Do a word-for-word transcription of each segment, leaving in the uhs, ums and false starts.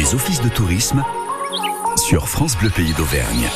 les offices de tourisme sur France Bleu Pays d'Auvergne.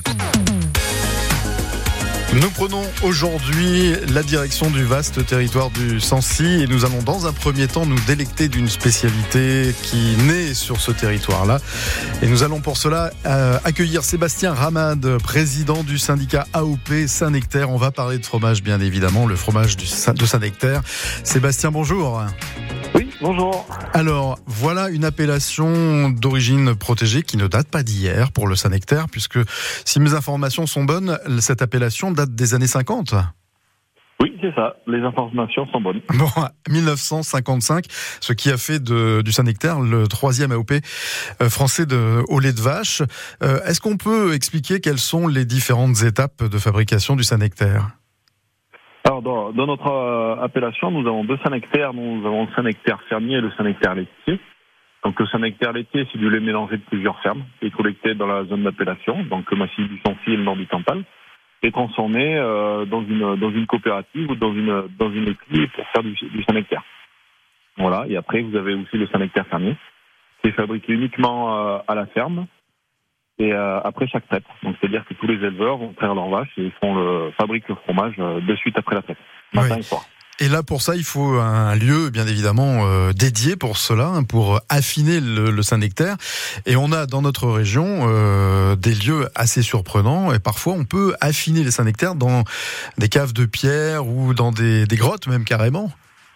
Nous prenons aujourd'hui la direction du vaste territoire du Sancy et nous allons dans un premier temps nous délecter d'une spécialité qui naît sur ce territoire-là. Et nous allons pour cela euh, accueillir Sébastien Ramade, président du syndicat A O P Saint-Nectaire. On va parler de fromage, bien évidemment, le fromage du, de Saint-Nectaire. Sébastien, bonjour. Oui, bonjour. Alors, voilà une appellation d'origine protégée qui ne date pas d'hier pour le Saint-Nectaire, puisque si mes informations sont bonnes, cette appellation date des années cinquante. Oui, c'est ça. Les informations sont bonnes. Bon, dix-neuf cent cinquante-cinq, ce qui a fait de, du Saint-Nectaire le troisième A O P euh, français de, au lait de vache. Euh, est-ce qu'on peut expliquer quelles sont les différentes étapes de fabrication du Saint-Nectaire ? Alors, dans, dans notre euh, appellation, nous avons deux Saint-Nectaires. Nous avons le Saint-Nectaire fermier et le Saint-Nectaire laitier. Donc, le Saint-Nectaire laitier, c'est du lait mélangé de plusieurs fermes, qui est collecté dans la zone d'appellation, donc le massif du Sancy et le nord du Cantal, et transformé euh, dans une dans une coopérative ou dans une dans une équipe pour faire du, du Saint-Nectaire. Voilà. Et après, vous avez aussi le Saint-Nectaire fermier, qui est fabriqué uniquement euh, à la ferme. Et euh, après chaque traite. Donc c'est-à-dire que tous les éleveurs vont traire leurs vaches et font le, fabriquent le fromage euh, de suite après la traite, matin oui. et soir. Et là, pour ça, il faut un lieu, bien évidemment, euh, dédié pour cela, hein, pour affiner le, le Saint-Nectaire. Et on a dans notre région euh, des lieux assez surprenants. Et parfois, on peut affiner les Saint-Nectaires dans des caves de pierre ou dans des, des grottes, même carrément.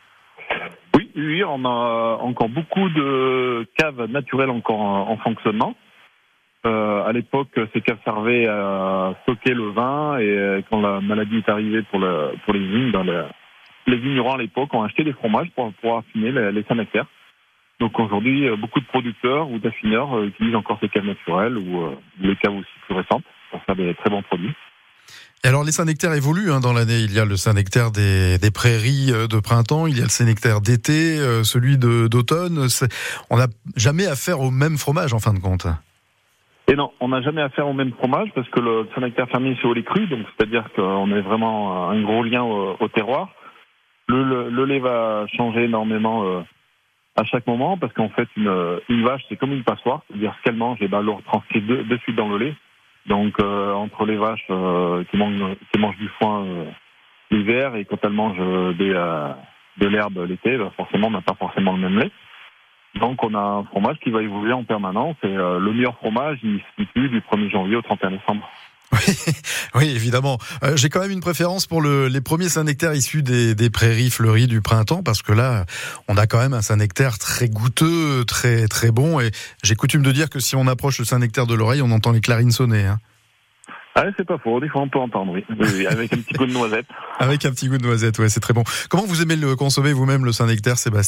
Oui, oui, on a encore beaucoup de caves naturelles encore en, en fonctionnement. Euh, à l'époque, ces caves servaient à stocker le vin et quand la maladie est arrivée pour, le, pour les vignes, dans le, les vignerons à l'époque ont acheté des fromages pour pouvoir affiner les, les Saint-Nectaire. Donc aujourd'hui, beaucoup de producteurs ou d'affineurs euh, utilisent encore ces caves naturelles ou euh, les caves aussi plus récentes pour faire des très bons produits. Et alors les Saint-Nectaires évoluent hein, dans l'année. Il y a le Saint-Nectaire des, des prairies de printemps, il y a le Saint-Nectaire d'été, euh, celui de, d'automne. C'est, on n'a jamais affaire au même fromage en fin de compte. Et non, on n'a jamais affaire au même fromage parce que le Saint-Nectaire fermier c'est au lait cru, donc c'est-à-dire qu'on est vraiment un gros lien au, au terroir. Le, le, le lait va changer énormément euh, à chaque moment parce qu'en fait une, une vache c'est comme une passoire, c'est-à-dire ce qu'elle mange, et ben elle le retranscrit de, de suite dans le lait. Donc euh, entre les vaches euh, qui mangent qui mangent du foin euh, l'hiver et quand elles mangent euh, des, euh, de l'herbe l'été, ben forcément on n'a pas forcément le même lait. Donc on a un fromage qui va évoluer en permanence et euh, le meilleur fromage il se situe du premier janvier au trente et un décembre. Oui, oui, évidemment. Euh, j'ai quand même une préférence pour le, les premiers Saint-Nectaire issus des, des prairies fleuries du printemps parce que là, on a quand même un Saint-Nectaire très goûteux, très très bon. Et j'ai coutume de dire que si on approche le Saint-Nectaire de l'oreille, on entend les clarines sonner. Hein. Ah, c'est pas faux. Des fois, on peut entendre, oui. oui, oui avec un petit goût de noisette. Avec un petit goût de noisette, ouais, c'est très bon. Comment vous aimez le consommer vous-même, le Saint-Nectaire, Sébastien ?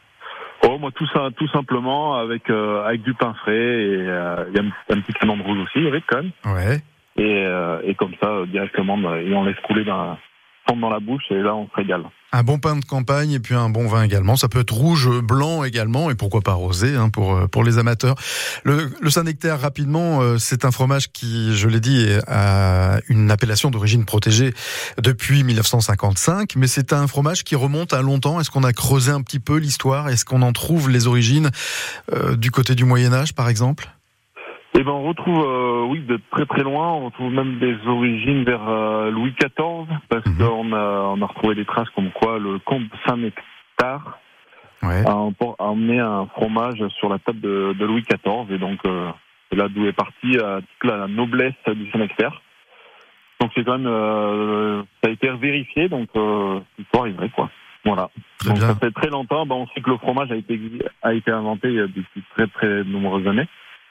Oh, moi, tout ça, tout simplement avec euh, avec du pain frais et il euh, y a un, un petit canon de rouge aussi, avec quand même. Ouais. Et, euh, et comme ça, euh, directement, et on laisse couler dans, dans la bouche et là, on se régale. Un bon pain de campagne et puis un bon vin également. Ça peut être rouge, blanc également et pourquoi pas rosé hein, pour pour les amateurs. Le, le Saint-Nectaire, rapidement, euh, c'est un fromage qui, je l'ai dit, a une appellation d'origine protégée depuis dix-neuf cent cinquante-cinq, mais c'est un fromage qui remonte à longtemps. Est-ce qu'on a creusé un petit peu l'histoire ? Est-ce qu'on en trouve les origines euh, du côté du Moyen-Âge, par exemple ? Eh ben, on retrouve, euh, oui, de très très loin, on retrouve même des origines vers euh, Louis quatorze, parce mmh. qu'on a, on a retrouvé des traces comme quoi le comte Saint-Nectaire ouais. a, a emmené un fromage sur la table de, de Louis quatorze, et donc euh, c'est là d'où est partie euh, toute la noblesse du Saint-Nectaire. Donc c'est quand même, euh, ça a été vérifié, donc euh, l'histoire est vraie, quoi. Voilà. Très donc bien. Ça fait très longtemps, ben, on sait que le fromage a été a été inventé depuis très très nombreuses années.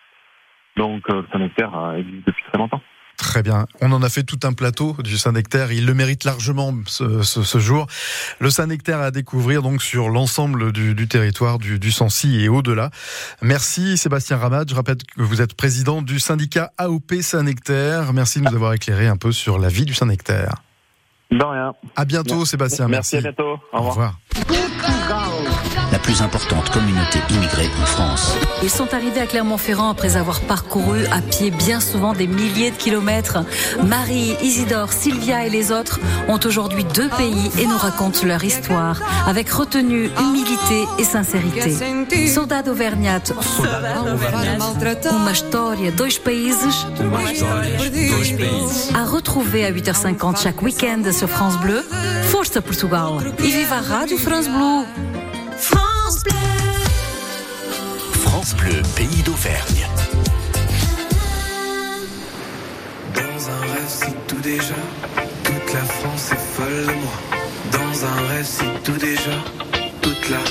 Donc euh, le Saint-Nectaire existe depuis très longtemps. Très bien. On en a fait tout un plateau du Saint-Nectaire. Il le mérite largement ce, ce, ce jour. Le Saint-Nectaire à découvrir donc sur l'ensemble du, du territoire du, du Sancy et au-delà. Merci Sébastien Ramade. Je rappelle que vous êtes président du syndicat A O P Saint-Nectaire. Merci de nous avoir éclairé un peu sur la vie du Saint-Nectaire. De rien. À bientôt, Merci. Sébastien. Merci, Merci. à bientôt. Au Au revoir. revoir. La plus importante communauté immigrée en France. Ils sont arrivés à Clermont-Ferrand après avoir parcouru à pied bien souvent des milliers de kilomètres. Marie, Isidore, Sylvia et les autres ont aujourd'hui deux pays et nous racontent leur histoire avec retenue, humilité et sincérité. Saudade Auvergnat, uma história, dois países, à retrouver à huit heures cinquante chaque week-end sur France Bleu. Força Portugal e viva a Rádio France Bleu. France Bleu. France Bleu, pays d'Auvergne. Dans un rêve, si tout déjà, toute la France est folle de moi. Dans un rêve, si tout déjà, toute la.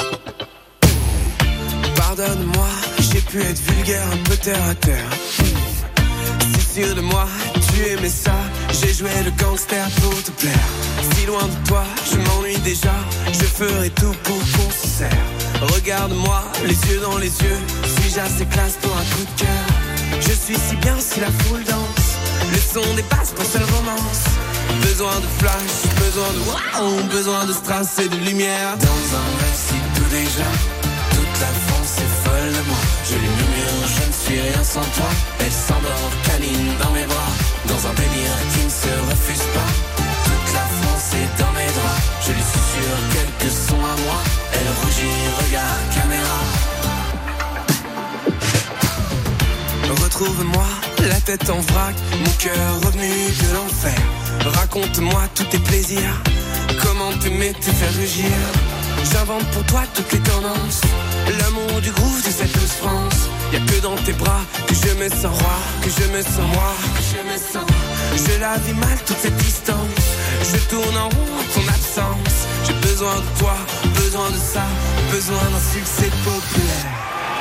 Pardonne-moi, j'ai pu être vulgaire, un peu terre à terre. Si sûr de moi, tu aimais ça, j'ai joué le gangster pour te plaire. Si loin de toi, je m'ennuie déjà, je ferai tout pour qu'on se serre. Regarde-moi, les yeux dans les yeux, suis-je assez classe pour un coup de cœur? Je suis si bien si la foule danse, le son dépasse pour seule romance. Besoin de flash, besoin de wow, besoin de strass et de lumière. Dans un récit tout déjà, toute la France est folle de moi. Je lui murmure, je ne suis rien sans toi. Elle s'endort, câline dans mes bras, dans un délire qui ne se refuse pas. Toute la France est dans mes draps, je lui susurre quelques sons à moi. Elle rougit, regarde caméra. Retrouve-moi, la tête en vrac, mon cœur revenu de l'enfer. Raconte-moi tous tes plaisirs, comment t'aimer, te faire rugir. J'invente pour toi toutes les tendances, l'amour du groove de cette douce France. Y'a que dans tes bras que je me sens roi, que je me sens moi, que je me sens. Je la vis mal toute cette distance, je tourne en rond en ton absence. J'ai besoin de toi, besoin de ça, besoin d'un succès populaire.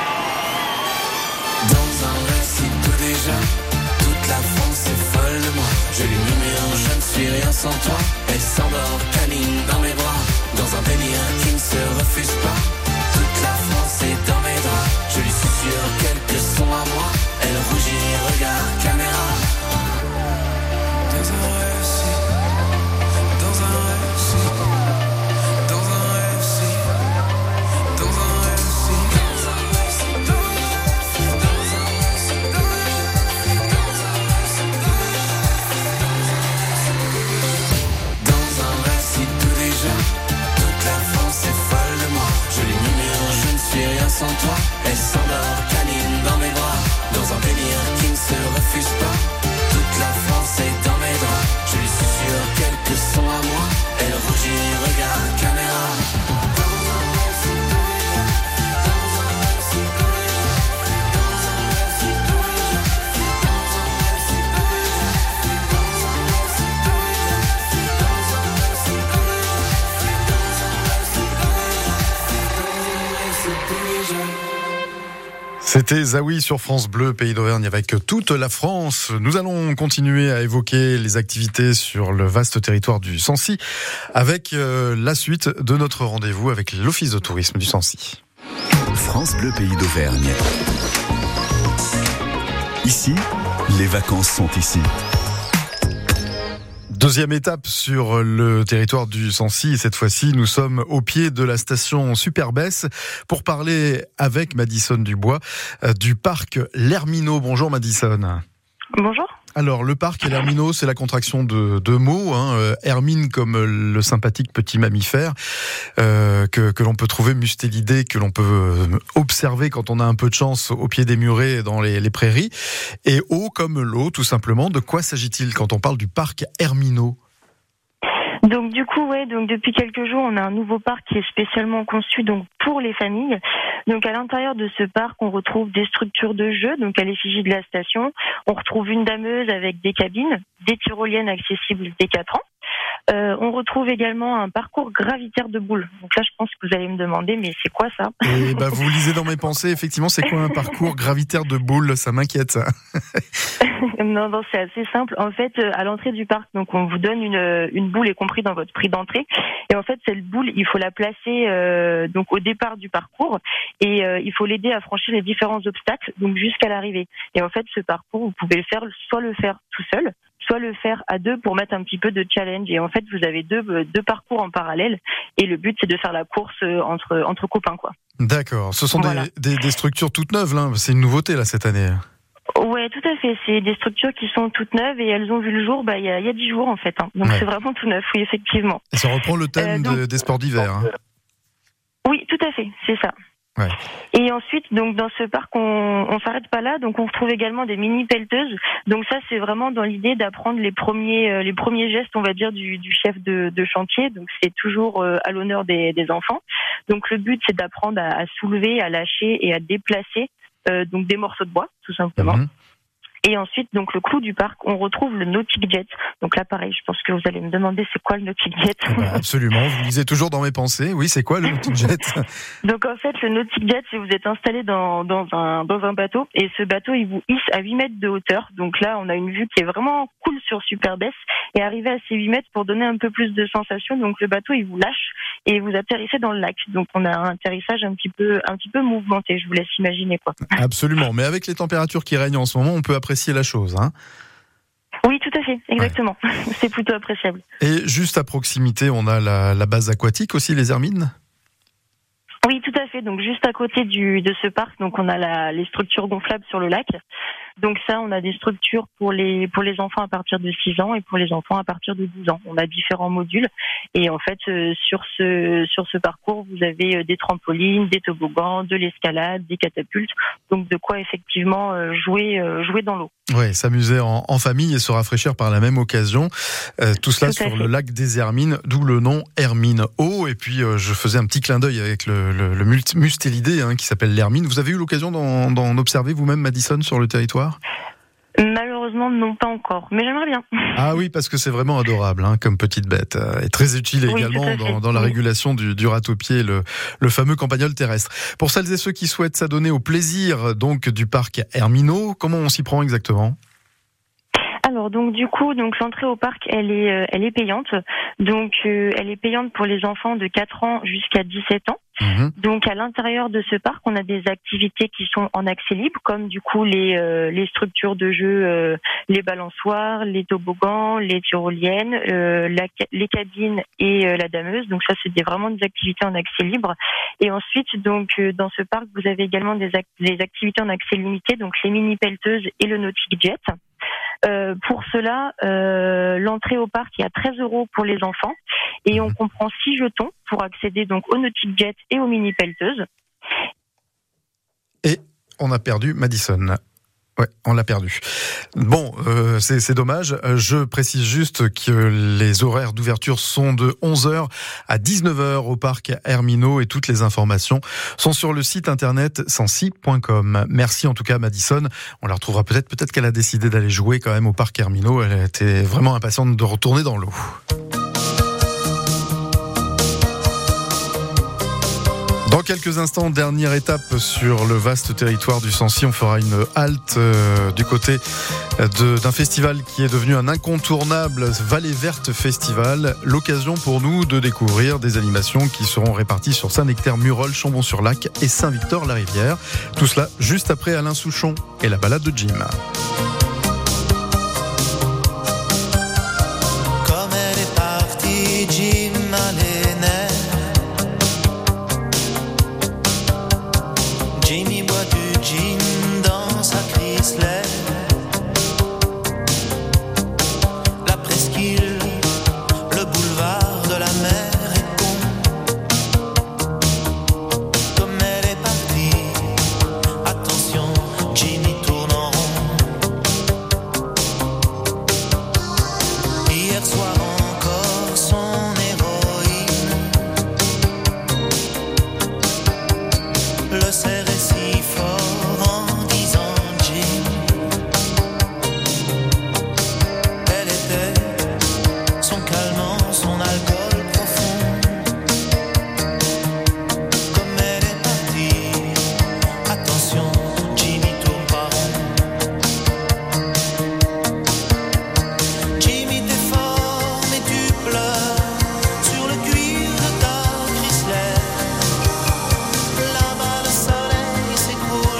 Dans un récit tout déjà, toute la France est folle de moi. Je lui murmure, je ne suis rien sans toi. Elle s'endort, câline dans mes bras, dans un délire qui ne se refuse pas. Toute la France est dans mes draps, je lui susurre quelques sons à moi. Elle rougit, regarde caméra. Dans un récit, dans un récit, dans un récit, dans un récit, dans un récit, dans un récit, dans un récit tout déjà, toute la France est folle de moi. Je lui murmure, je ne suis rien sans toi. Elle s'endort, câline dans mes bras, dans un délire qui ne se refuse pas. Toute la France est dans mes draps, je lui susurre quelques sons à moi. Elle rougit, regarde caméra. C'était Zawi sur France Bleu, pays d'Auvergne, avec toute la France. Nous allons continuer à évoquer les activités sur le vaste territoire du Sancy avec euh, la suite de notre rendez-vous avec l'Office de tourisme du Sancy. France Bleu, pays d'Auvergne. Ici, les vacances sont ici. Deuxième étape sur le territoire du Sancy. Cette fois-ci, nous sommes au pied de la station Superbès pour parler avec Madison Dubois du parc L'Herminau. Bonjour Madison. Bonjour. Alors, le parc et l'Herminau, c'est la contraction de deux mots. Hein. Hermine comme le sympathique petit mammifère euh, que, que l'on peut trouver mustélidé, que l'on peut observer quand on a un peu de chance au pied des murets dans les, les prairies. Et eau comme l'eau, tout simplement. De quoi s'agit-il quand on parle du parc Herminau ? Donc du coup, ouais, donc depuis quelques jours, on a un nouveau parc qui est spécialement conçu donc pour les familles. Donc à l'intérieur de ce parc, on retrouve des structures de jeux, donc à l'effigie de la station. On retrouve une dameuse avec des cabines, des tyroliennes accessibles dès quatre ans. Euh, on retrouve également un parcours gravitaire de boules. Donc là, je pense que vous allez me demander, mais c'est quoi ça ? Et bah, vous lisez dans mes pensées, effectivement, c'est quoi un parcours gravitaire de boules ? Ça m'inquiète, ça. Non, non, c'est assez simple. En fait, à l'entrée du parc, donc on vous donne une, une boule, y compris dans votre prix d'entrée. Et en fait, cette boule, il faut la placer euh, donc au départ du parcours et euh, il faut l'aider à franchir les différents obstacles, donc jusqu'à l'arrivée. Et en fait, ce parcours, vous pouvez le faire, soit le faire tout seul, soit le faire à deux pour mettre un petit peu de challenge. Et en fait, vous avez deux, deux parcours en parallèle. Et le but, c'est de faire la course entre, entre copains, quoi. D'accord. Ce sont voilà. des, des, des structures toutes neuves, là. C'est une nouveauté, là, cette année. Ouais, tout à fait. C'est des structures qui sont toutes neuves et elles ont vu le jour, bah, il y a, il y a dix jours, en fait. Hein. Donc, ouais. c'est vraiment tout neuf, oui, effectivement. Et ça reprend le thème euh, donc... de, des sports d'hiver, hein. Oui, tout à fait. C'est ça. Ouais. Et ensuite, donc dans ce parc, on, on s'arrête pas là, donc on retrouve également des mini pelleteuses. Donc ça, c'est vraiment dans l'idée d'apprendre les premiers, euh, les premiers gestes, on va dire, du, du chef de, de chantier. Donc c'est toujours euh, à l'honneur des, des enfants. Donc le but, c'est d'apprendre à, à soulever, à lâcher et à déplacer euh, donc des morceaux de bois, tout simplement. Mmh. Et ensuite, donc le clou du parc, on retrouve le Nautic Jet. Donc là, pareil, je pense que vous allez me demander c'est quoi le Nautic Jet. Eh ben absolument, vous lisez toujours dans mes pensées. Oui, c'est quoi le Nautic Jet? Donc en fait, le Nautic Jet, c'est vous êtes installé dans, dans, un, dans un bateau et ce bateau, il vous hisse à huit mètres de hauteur. Donc là, on a une vue qui est vraiment cool sur Superbès et arrivé à ces huit mètres pour donner un peu plus de sensation. Donc le bateau, il vous lâche et vous atterrissez dans le lac. Donc on a un atterrissage un petit peu, un petit peu mouvementé. Je vous laisse imaginer quoi. Absolument, mais avec les températures qui règnent en ce moment, on peut apprécier la chose, hein. Oui, tout à fait, exactement. Ouais. C'est plutôt appréciable. Et juste à proximité, on a la, la base aquatique aussi, les Hermines. Oui, tout à fait. Donc juste à côté du de ce parc, donc on a la, les structures gonflables sur le lac. Donc ça, on a des structures pour les pour les enfants à partir de six ans et pour les enfants à partir de douze ans. On a différents modules et en fait euh, sur ce sur ce parcours, vous avez euh, des trampolines, des toboggans, de l'escalade, des catapultes. Donc de quoi effectivement euh, jouer euh, jouer dans l'eau. Ouais, s'amuser en, en famille et se rafraîchir par la même occasion. Euh, tout cela tout sur le lac des Hermines, d'où le nom Hermine Eau. Et puis euh, je faisais un petit clin d'œil avec le, le, le mustélidé hein, qui s'appelle l'Hermine. Vous avez eu l'occasion d'en, d'en observer vous-même, Madison, sur le territoire? Malheureusement, non, pas encore, mais j'aimerais bien. Ah oui, parce que c'est vraiment adorable hein, comme petite bête, et très utile oui, également dans, dans la régulation du, du râteau-pied, le, le fameux campagnol terrestre. Pour celles et ceux qui souhaitent s'adonner au plaisir donc du parc Hermine Eau, comment on s'y prend exactement ? Alors donc du coup donc l'entrée au parc elle est euh, elle est payante donc euh, elle est payante pour les enfants de quatre ans jusqu'à dix-sept ans. Mmh. Donc à l'intérieur de ce parc on a des activités qui sont en accès libre comme du coup les euh, les structures de jeu, euh, les balançoires, les toboggans, les tyroliennes, euh, la, les cabines et euh, la dameuse. Donc ça c'est des, vraiment des activités en accès libre. Et ensuite donc euh, dans ce parc vous avez également des, act- des activités en accès limité donc les mini pelleteuses et le Nautic Jet. Euh, pour cela, euh, l'entrée au parc est à treize euros pour les enfants et on comprend six jetons pour accéder donc au Nautic Jet et aux mini pelleteuses. Et on a perdu Madison. Ouais, on l'a perdu. Bon, euh, c'est, c'est dommage. Je précise juste que les horaires d'ouverture sont de onze heures à dix-neuf heures au parc Hermine Eau et toutes les informations sont sur le site internet sancy point com. Merci en tout cas Madison. On la retrouvera peut-être, peut-être qu'elle a décidé d'aller jouer quand même au parc Hermine Eau. Elle était vraiment impatiente de retourner dans l'eau. Dans quelques instants, dernière étape sur le vaste territoire du Sancy. On fera une halte euh, du côté de, d'un festival qui est devenu un incontournable, Vallée Verte Festival. L'occasion pour nous de découvrir des animations qui seront réparties sur Saint-Nectaire, Murol, Chambon-sur-Lac et Saint-Victor-la-Rivière. Tout cela juste après Alain Souchon et la balade de Jim. Comme elle est partie, Jim allait. Jimmy boit du gin dans sa Chrysler. La presqu'île, le boulevard de la mer est con. Comme elle est partie, attention, Jimmy tourne en rond. Hier soir encore, son héroïne le serrait si fort en disant Jim. Elle était son calmant, son alcool profond. Comme elle est partie, attention, Jimmy tourne pas rond. Jimmy t'es fort mais tu pleures sur le cuir de ta Chrysler. Là-bas le soleil s'écroule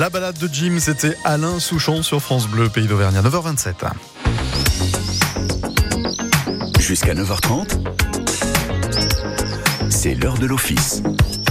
La balade de Jim, c'était Alain Souchon sur France Bleu, Pays d'Auvergne, à neuf heures vingt-sept. Jusqu'à neuf heures trente, c'est l'heure de l'office.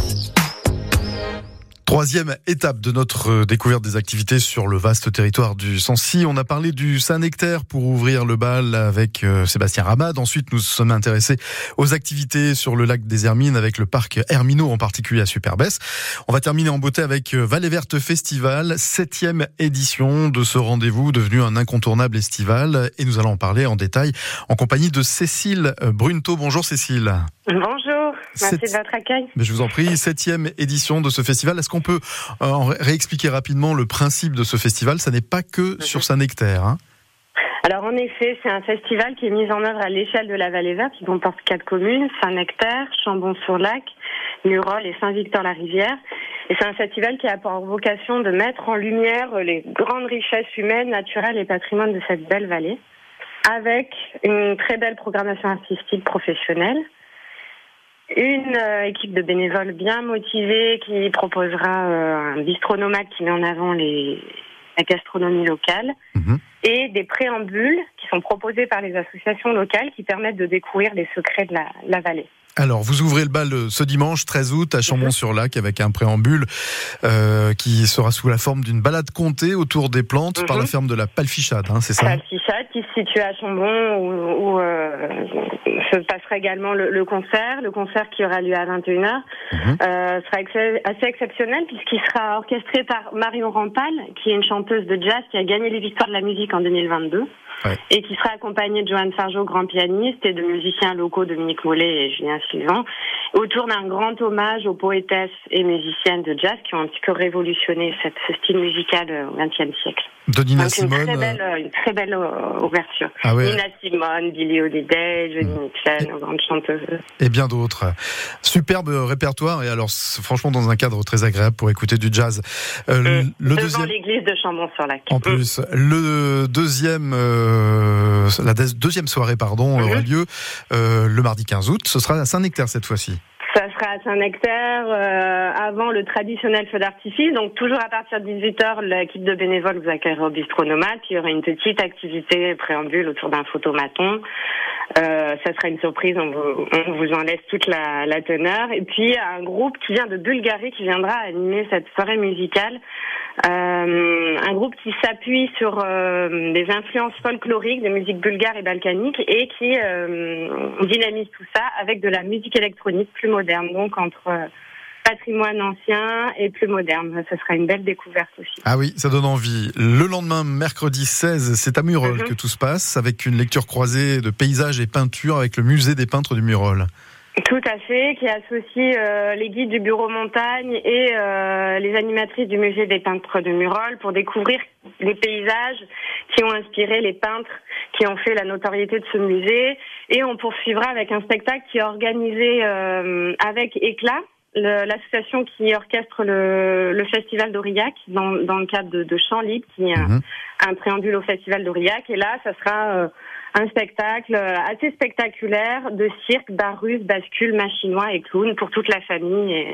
Troisième étape de notre découverte des activités sur le vaste territoire du Sancy. On a parlé du Saint-Nectaire pour ouvrir le bal avec Sébastien Ramade. Ensuite, nous sommes intéressés aux activités sur le lac des Hermines avec le parc Herminot, en particulier à Superbès. On va terminer en beauté avec Vallée Verte Festival, septième édition de ce rendez-vous devenu un incontournable estival. Et nous allons en parler en détail en compagnie de Cécile Brunto. Bonjour Cécile. Bonjour, merci Sept... de votre accueil. Mais je vous en prie, septième édition de ce festival. Est-ce qu'on peut euh, réexpliquer rapidement le principe de ce festival? Ça n'est pas que mm-hmm. sur Saint-Nectaire. Hein. Alors en effet, c'est un festival qui est mis en œuvre à l'échelle de la Vallée Verte, qui comporte quatre communes, Saint-Nectaire, Chambon-sur-Lac, Murol et Saint-Victor-la-Rivière. Et c'est un festival qui a pour vocation de mettre en lumière les grandes richesses humaines, naturelles et patrimoine de cette belle vallée, avec une très belle programmation artistique professionnelle. Une euh, équipe de bénévoles bien motivés qui proposera euh, un bistronomade qui met en avant les, la gastronomie locale mmh. et des préambules qui sont proposés par les associations locales qui permettent de découvrir les secrets de la, la vallée. Alors, vous ouvrez le bal ce dimanche treize août à Chambon-sur-Lac avec un préambule euh, qui sera sous la forme d'une balade contée autour des plantes mm-hmm. par la ferme de la Palfichade, hein, c'est ça? Palfichade qui se situe à Chambon où, où euh, se passera également le, le concert. Le concert qui aura lieu à vingt et une heures mm-hmm. euh, sera ex- assez exceptionnel puisqu'il sera orchestré par Marion Rampal, qui est une chanteuse de jazz qui a gagné les victoires de la musique en deux mille vingt-deux. Ouais. Et qui sera accompagné de Joanne Fargeau, grand pianiste, et de musiciens locaux, Dominique Mollet et Julien Sylvain, autour d'un grand hommage aux poétesses et musiciennes de jazz qui ont un petit peu révolutionné cette, ce style musical au vingtième siècle. De Nina Donc, Simone. Une très belle, une très belle ouverture. Ah ouais. Nina Simone, Billie Holiday, Johnny mmh. Mitchell, grande chanteuse. Et bien d'autres. Superbe répertoire, et alors franchement dans un cadre très agréable pour écouter du jazz. Euh, mmh. le Devant deuxième... l'église de Chambon-sur-Lac. En mmh. plus, le deuxième, euh, la deuxième soirée pardon, mmh. aura lieu euh, le mardi quinze août. Ce sera à Saint-Nectaire cette fois-ci. Ça sera à Saint-Nectaire, euh, avant le traditionnel feu d'artifice. Donc, toujours à partir de dix-huit heures, l'équipe de bénévoles vous accueillera au bistronomade. Puis, il y aura une petite activité préambule autour d'un photomaton. Euh, ça sera une surprise, on vous, on vous en laisse toute la, la teneur. Et puis, un groupe qui vient de Bulgarie qui viendra animer cette soirée musicale. Euh, un groupe qui s'appuie sur euh, des influences folkloriques de musique bulgare et balkanique et qui euh, dynamise tout ça avec de la musique électronique plus moderne, donc entre euh, patrimoine ancien et plus moderne. Ça sera une belle découverte aussi. Ah oui, ça donne envie. Le lendemain, mercredi seize, c'est à Murol mm-hmm. que tout se passe, avec une lecture croisée de paysages et peintures avec le musée des peintres du Murol. Tout à fait, qui associe euh, les guides du bureau montagne et euh, les animatrices du musée des peintres de Murol pour découvrir les paysages qui ont inspiré les peintres qui ont fait la notoriété de ce musée. Et on poursuivra avec un spectacle qui est organisé euh, avec Éclat, le, l'association qui orchestre le, le festival d'Aurillac dans, dans le cadre de, de Chants Libres, qui est un, mmh. un préambule au festival d'Aurillac. Et là, ça sera... Euh, un spectacle assez spectaculaire de cirque, bar russe, bascule, machinois et clown pour toute la famille et,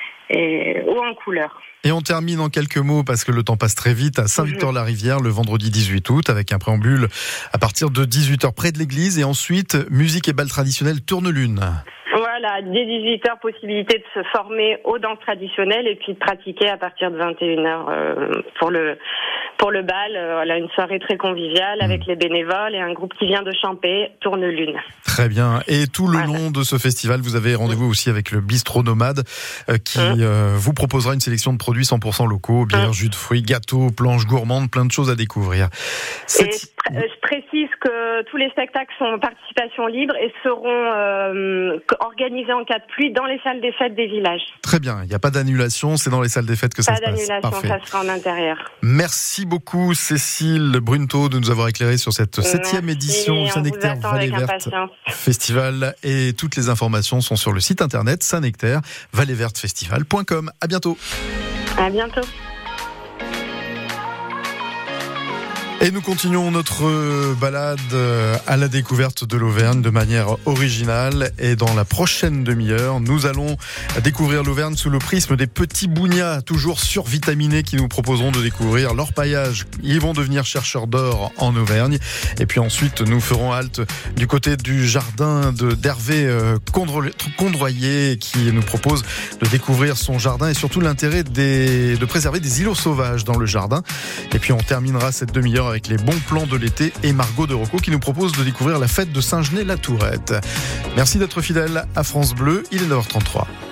et haut en couleur. Et on termine en quelques mots, parce que le temps passe très vite, à Saint-Victor-la-Rivière le vendredi dix-huit août avec un préambule à partir de dix-huit heures près de l'église et ensuite musique et bal traditionnel Tourne-Lune. Voilà, dès dix-huit heures, possibilité de se former aux danses traditionnelles et puis de pratiquer à partir de vingt et une heures euh, pour le pour le bal. Euh, voilà, une soirée très conviviale avec mmh. les bénévoles et un groupe qui vient de Champé, Tourne-Lune. Très bien. Et tout le voilà. long de ce festival, vous avez rendez-vous mmh. aussi avec le bistronomade euh, qui mmh. euh, vous proposera une sélection de produits cent pour cent locaux, bière, mmh. jus de fruits, gâteaux, planches gourmandes, plein de choses à découvrir. Cette... Et je précise que tous les spectacles sont en participation libre et seront euh, organisés en cas de pluie dans les salles des fêtes des villages. Très bien, il n'y a pas d'annulation, c'est dans les salles des fêtes que pas ça se passe. Pas d'annulation, ça sera en intérieur. Merci beaucoup Cécile Brunto de nous avoir éclairé sur cette septième Merci, édition du Saint-Nectaire Vallée Verte Festival. Et toutes les informations sont sur le site internet saint-nectaire vallée verte festival point com. À bientôt. À bientôt. Et nous continuons notre balade à la découverte de l'Auvergne de manière originale. Et dans la prochaine demi-heure, nous allons découvrir l'Auvergne sous le prisme des petits bougnats, toujours survitaminés, qui nous proposeront de découvrir l'orpaillage. Ils vont devenir chercheurs d'or en Auvergne. Et puis ensuite, nous ferons halte du côté du jardin de, d'Hervé Condroyer, qui nous propose de découvrir son jardin et surtout l'intérêt des, de préserver des îlots sauvages dans le jardin. Et puis on terminera cette demi-heure avec les bons plans de l'été et Margot de Rocco qui nous propose de découvrir la fête de Saint-Genès-la-Tourette. Merci d'être fidèle à France Bleu, il est neuf heures trente-trois.